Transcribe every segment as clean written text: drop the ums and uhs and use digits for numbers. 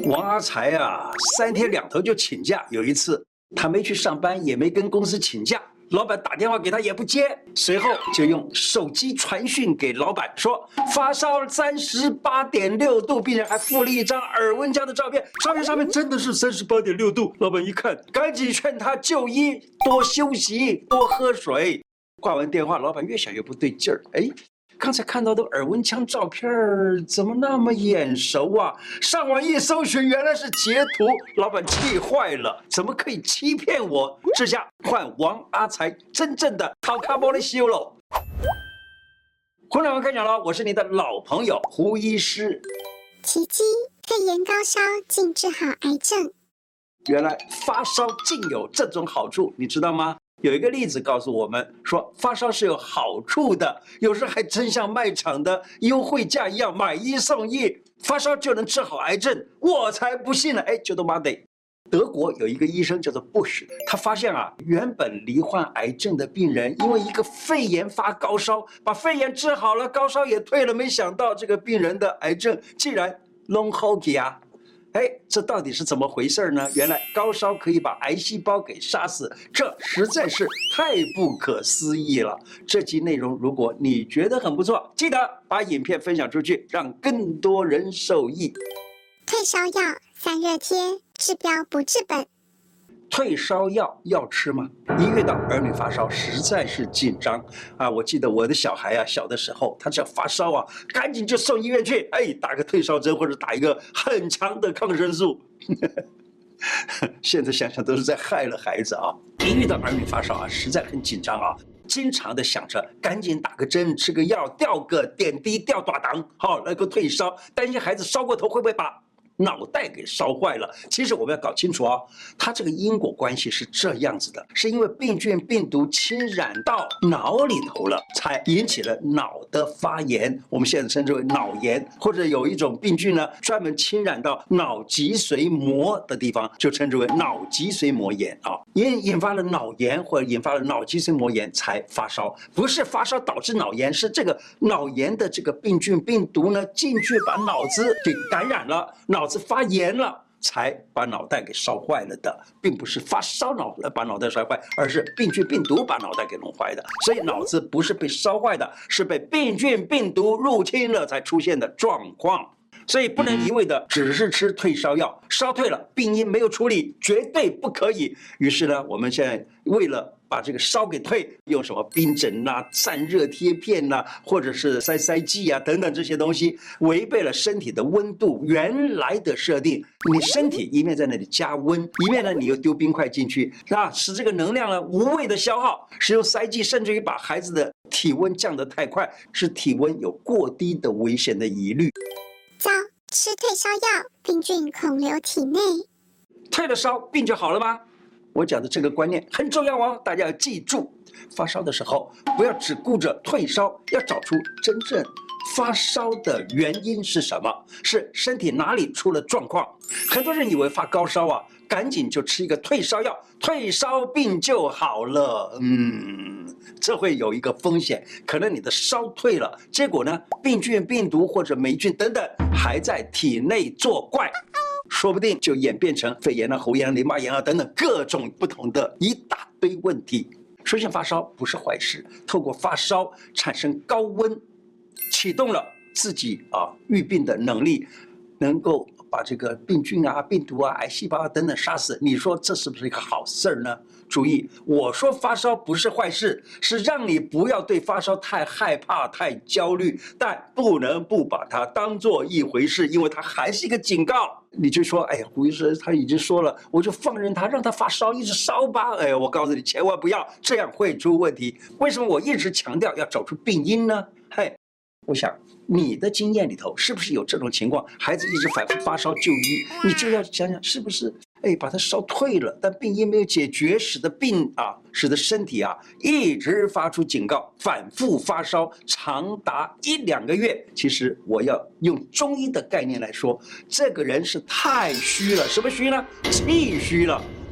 王阿财啊，3天2头就请假。有一次，他没去上班，也没跟公司请假，老板打电话给他也不接，随后就用手机传讯给老板说发烧38.6度，并且还附了一张耳温枪的照片，照片上面真的是38.6度。老板一看，赶紧劝他就医，多休息，多喝水。挂完电话，老板越想越不对劲儿，刚才看到的耳温枪照片怎么那么眼熟啊？上网一搜寻，原来是截图。老板气坏了，怎么可以欺骗我？这下换王阿财真正的讨卡波的修喽。胡乃文开讲了，我是你的老朋友胡医师。 奇迹，肺炎高烧竟治好癌症。 原来发烧竟有这种好处，你知道吗？有一个例子告诉我们说，发烧是有好处的，有时还真像卖场的优惠价一样，买1送1，发烧就能治好癌症，我才不信呢！就他妈的，德国有一个医生叫做 Bush， 他发现啊，原本罹患癌症的病人，因为一个肺炎发高烧，把肺炎治好了，高烧也退了，没想到这个病人的癌症竟然 long hold 啊！这到底是怎么回事呢？原来高烧可以把癌细胞给杀死，这实在是太不可思议了。这集内容如果你觉得很不错，记得把影片分享出去，让更多人受益。 退烧药、散热贴，治标不治本。 退烧药要吃吗？一遇到儿女发烧，实在是紧张啊！我记得我的小孩啊，小的时候，他只要发烧啊，赶紧就送医院去，打个退烧针或者打一个很强的抗生素。现在想想都是在害了孩子啊！一遇到儿女发烧啊，实在很紧张啊，经常的想着赶紧打个针、吃个药、吊个点滴、吊大档，好能够退烧，担心孩子烧过头会不会把脑袋给烧坏了。其实我们要搞清楚啊，它这个因果关系是这样子的，是因为病菌病毒侵染到脑里头了，才引起了脑的发炎，我们现在称之为脑炎，或者有一种病菌呢，专门侵染到脑脊髓膜的地方，就称之为脑脊髓膜炎啊，引发了脑炎或者引发了脑脊髓膜炎才发烧，不是发烧导致脑炎，是这个脑炎的这个病菌病毒呢进去把脑子给感染了，脑子发炎了，才把脑袋给烧坏了的，并不是发烧把脑袋烧坏，而是病菌病毒把脑袋给弄坏的。所以脑子不是被烧坏的，是被病菌病毒入侵了才出现的状况。所以不能一味的只是吃退烧药，烧退了，病因没有处理，绝对不可以。于是呢，我们现在为了把这个烧给退，用什么冰枕啦、散热贴片啦，或者是塞剂啊等等这些东西，违背了身体的温度原来的设定。你身体一面在那里加温，一面呢你又丢冰块进去，使这个能量呢无谓的消耗，使用塞剂，甚至于把孩子的体温降得太快，使体温有过低的危险的疑虑。 糟，吃退烧药，病菌恐留体内。 退了烧，病就好了吗？我讲的这个观念很重要哦，大家要记住。发烧的时候，不要只顾着退烧，要找出真正发烧的原因是什么，是身体哪里出了状况。很多人以为发高烧啊，赶紧就吃一个退烧药，退烧病就好了。这会有一个风险，可能你的烧退了，结果呢，病菌、病毒或者霉菌等等还在体内作怪，说不定就演变成肺炎啊、喉炎啊、淋巴炎啊等等各种不同的一大堆问题。出现发烧不是坏事，透过发烧产生高温，启动了自己预病的能力，能够把这个病菌啊、病毒啊、癌细胞啊等等杀死。你说这是不是一个好事儿呢？注意，我说发烧不是坏事，是让你不要对发烧太害怕、太焦虑，但不能不把它当做一回事，因为它还是一个警告。你就说，胡医生他已经说了，我就放任他，让他发烧，一直烧吧。我告诉你，千万不要，这样会出问题。为什么我一直强调要找出病因呢？我想你的经验里头是不是有这种情况？孩子一直反复发烧就医，你就要想想是不是把它烧退了，但病因没有解决，使得身体一直发出警告，反复发烧长达1、2个月。其实我要用中医的概念来说，这个人是太虚了。什么虚呢？气虚了。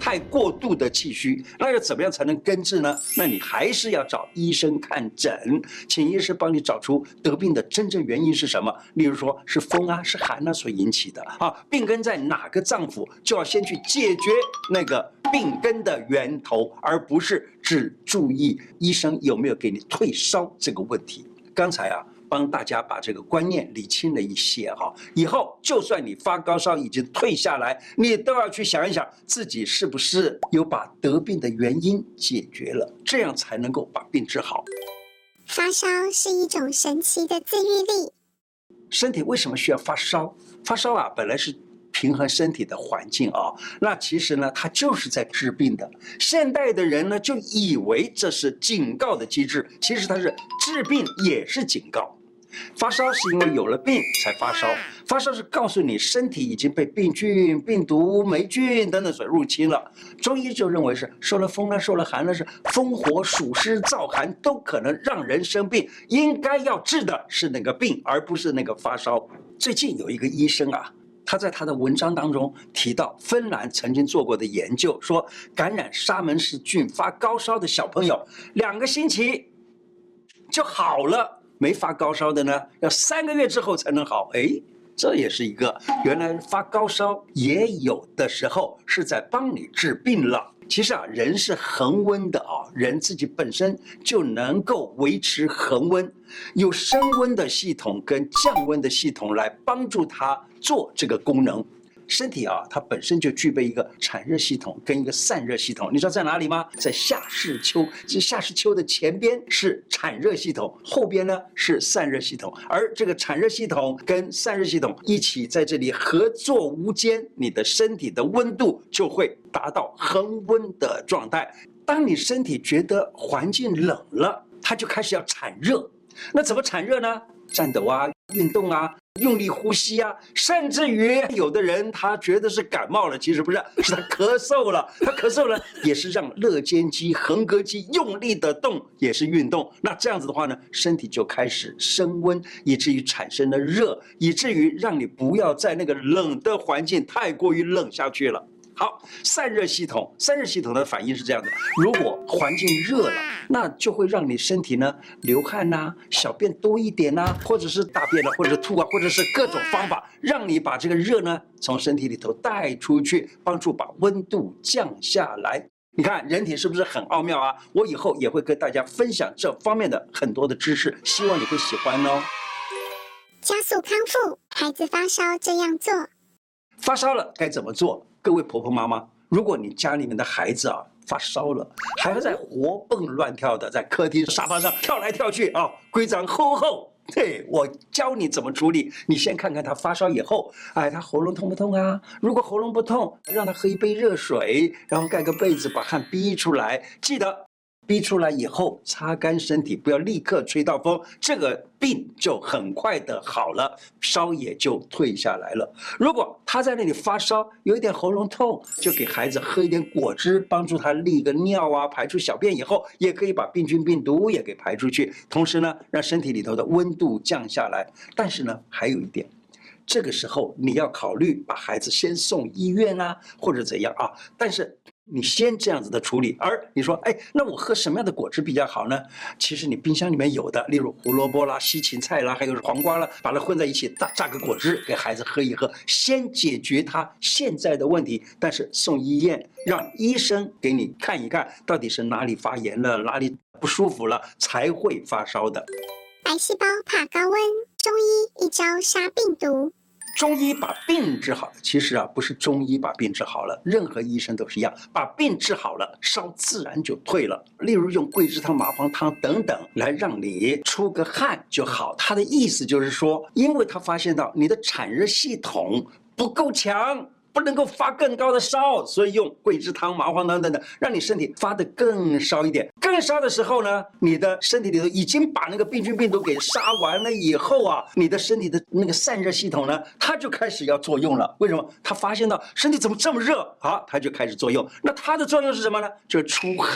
太过度的气虚，那要怎么样才能根治呢？那你还是要找医生看诊，请医师帮你找出得病的真正原因是什么。例如说是风啊、是寒啊所引起的啊，病根在哪个脏腑，就要先去解决那个病根的源头，而不是只注意医生有没有给你退烧这个问题。刚才啊，帮大家把这个观念理清了一些哈，以后就算你发高烧已经退下来，你都要去想一想自己是不是有把得病的原因解决了，这样才能够把病治好。 发烧是一种神奇的自愈力。 身体为什么需要发烧？发烧啊，本来是平衡身体的环境啊，那其实呢，它就是在治病的。现代的人呢，就以为这是警告的机制，其实它是治病也是警告。发烧是因为有了病才发烧，发烧是告诉你身体已经被病菌、病毒、霉菌等等所入侵了。中医就认为是受了风了、受了寒了，是风火暑湿燥寒都可能让人生病，应该要治的是那个病，而不是那个发烧。最近有一个医生啊，他在他的文章当中提到，芬兰曾经做过的研究，说感染沙门氏菌发高烧的小朋友2个星期就好了。没发高烧的呢，要3个月之后才能好。这也是一个原来发高烧也有的时候是在帮你治病了。其实啊，人是恒温的啊，人自己本身就能够维持恒温，有升温的系统跟降温的系统来帮助它做这个功能。身体啊，它本身就具备一个产热系统跟一个散热系统，你知道在哪里吗？在下视丘。这下视丘的前边是产热系统，后边呢是散热系统，而这个产热系统跟散热系统一起在这里合作无间，你的身体的温度就会达到恒温的状态。当你身体觉得环境冷了，它就开始要产热。那怎么产热呢？战斗啊，运动啊，用力呼吸啊，甚至于有的人他觉得是感冒了，其实不是，是他咳嗽了。他咳嗽了，也是让肋间肌、横膈肌用力的动，也是运动。那这样子的话呢，身体就开始升温，以至于产生了热，以至于让你不要在那个冷的环境太过于冷下去了。好，散热系统的反应是这样的：如果环境热了，那就会让你身体呢流汗呐、小便多一点呐、或者是大便了，或者是吐啊，或者是各种方法，让你把这个热呢从身体里头带出去，帮助把温度降下来。你看人体是不是很奥妙啊？我以后也会跟大家分享这方面的很多的知识，希望你会喜欢哦。 加速康复，孩子发烧这样做。 发烧了该怎么做？各位婆婆妈妈，如果你家里面的孩子啊发烧了，还要在活蹦乱跳的在客厅沙发上跳来跳去啊，规张吼吼，对，我教你怎么处理。你先看看他发烧以后，他喉咙痛不痛啊？如果喉咙不痛，让他喝一杯热水，然后盖个被子把汗逼出来，记得逼出来以后擦干身体，不要立刻吹到风，这个病就很快的好了，烧也就退下来了。如果他在那里发烧，有一点喉咙痛，就给孩子喝一点果汁，帮助他利个尿啊，排出小便以后，也可以把病菌病毒也给排出去，同时呢，让身体里头的温度降下来。但是呢，还有一点，这个时候你要考虑把孩子先送医院啊，或者怎样啊，但是你先这样子的处理。而你说，那我喝什么样的果汁比较好呢？其实你冰箱里面有的，例如胡萝卜啦、西芹菜啦，还有黄瓜啦，把它混在一起榨个果汁给孩子喝一喝，先解决他现在的问题。但是送医院，让医生给你看一看，到底是哪里发炎了，哪里不舒服了，才会发烧的。 白细胞怕高温，中医一招杀病毒。 中医把病治好了，其实啊，不是中医把病治好了，任何医生都是一样，把病治好了，烧自然就退了。例如用桂枝汤、麻黄汤等等来让你出个汗就好。他的意思就是说，因为他发现到你的产热系统不够强，不能够发更高的烧，所以用桂枝汤、麻黄汤等等，让你身体发得更烧一点。更烧的时候呢，你的身体里头已经把那个病菌病毒给杀完了以后啊，你的身体的那个散热系统呢，它就开始要作用了。为什么？它发现到身体怎么这么热，好，它就开始作用。那它的作用是什么呢？就是出汗。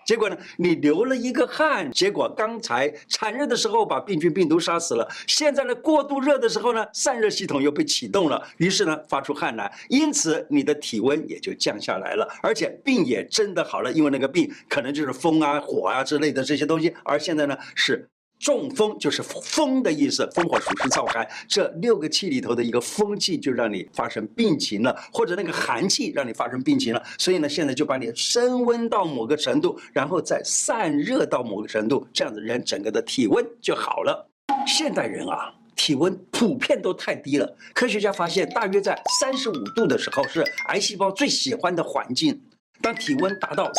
结果呢，你流了一个汗，结果刚才产热的时候把病菌病毒杀死了，现在呢过度热的时候呢，散热系统又被启动了，于是呢发出汗来，因此你的体温也就降下来了，而且病也真的好了，因为那个病可能就是风啊、火啊之类的这些东西，而现在呢是中风，就是风的意思，风火暑湿燥寒，这6个气里头的一个风气就让你发生病情了，或者那个寒气让你发生病情了，所以呢，现在就把你升温到某个程度，然后再散热到某个程度，这样子人整个的体温就好了。现代人啊，体温普遍都太低了，科学家发现，大约在35度的时候是癌细胞最喜欢的环境。当体温达到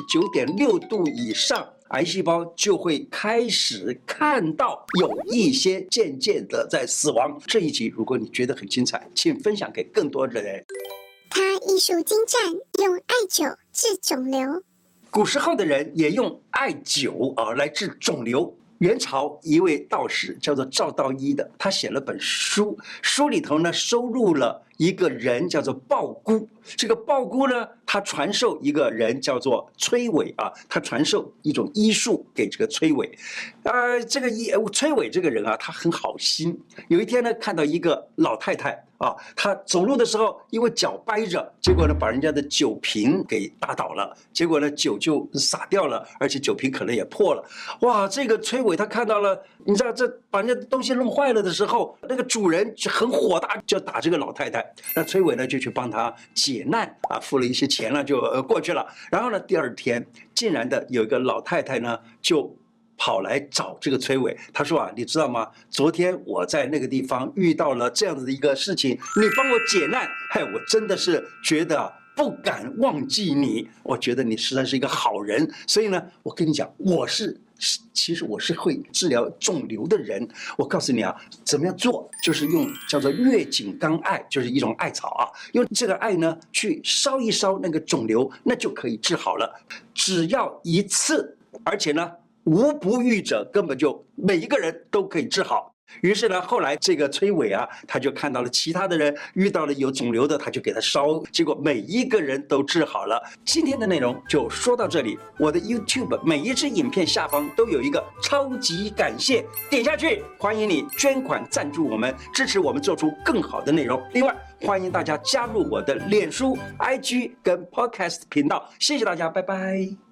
39.6度以上，癌细胞就会开始看到有一些渐渐的在死亡。这一集如果你觉得很精彩，请分享给更多的人。 他艺术精湛，用艾灸治肿瘤。 古时候的人也用艾灸来治肿瘤。元朝一位道士叫做赵道一的，他写了本书，书里头呢收录了一个人叫做鲍姑。这个鲍姑呢，他传授一个人叫做崔伟啊，他传授一种医术给这个崔伟。这个崔伟这个人啊，他很好心。有一天呢，看到一个老太太啊，她走路的时候因为脚掰着，结果呢把人家的酒瓶给打倒了，结果呢酒就洒掉了，而且酒瓶可能也破了。哇，这个崔伟他看到了，你知道这把人家的东西弄坏了的时候，那个主人就很火大，就打这个老太太。那崔伟呢就去帮他解难啊，付了一些钱了就过去了。然后呢，第二天竟然的有一个老太太呢就跑来找这个崔伟，他说啊，你知道吗？昨天我在那个地方遇到了这样子的一个事情，你帮我解难，我真的是觉得不敢忘记你，我觉得你实在是一个好人。所以呢，我跟你讲，其实我是会治疗肿瘤的人。我告诉你啊，怎么样做，就是用叫做月景冈艾，就是一种艾草啊，用这个艾呢去烧一烧那个肿瘤，那就可以治好了。只要一次，而且呢无不愈者，根本就每一个人都可以治好。于是呢，后来这个崔伟啊，他就看到了其他的人遇到了有肿瘤的，他就给他烧，结果每一个人都治好了。今天的内容就说到这里，我的 YouTube 每一支影片下方都有一个超级感谢，点下去，欢迎你捐款赞助我们，支持我们做出更好的内容。另外，欢迎大家加入我的脸书、IG 跟 Podcast 频道，谢谢大家，拜拜。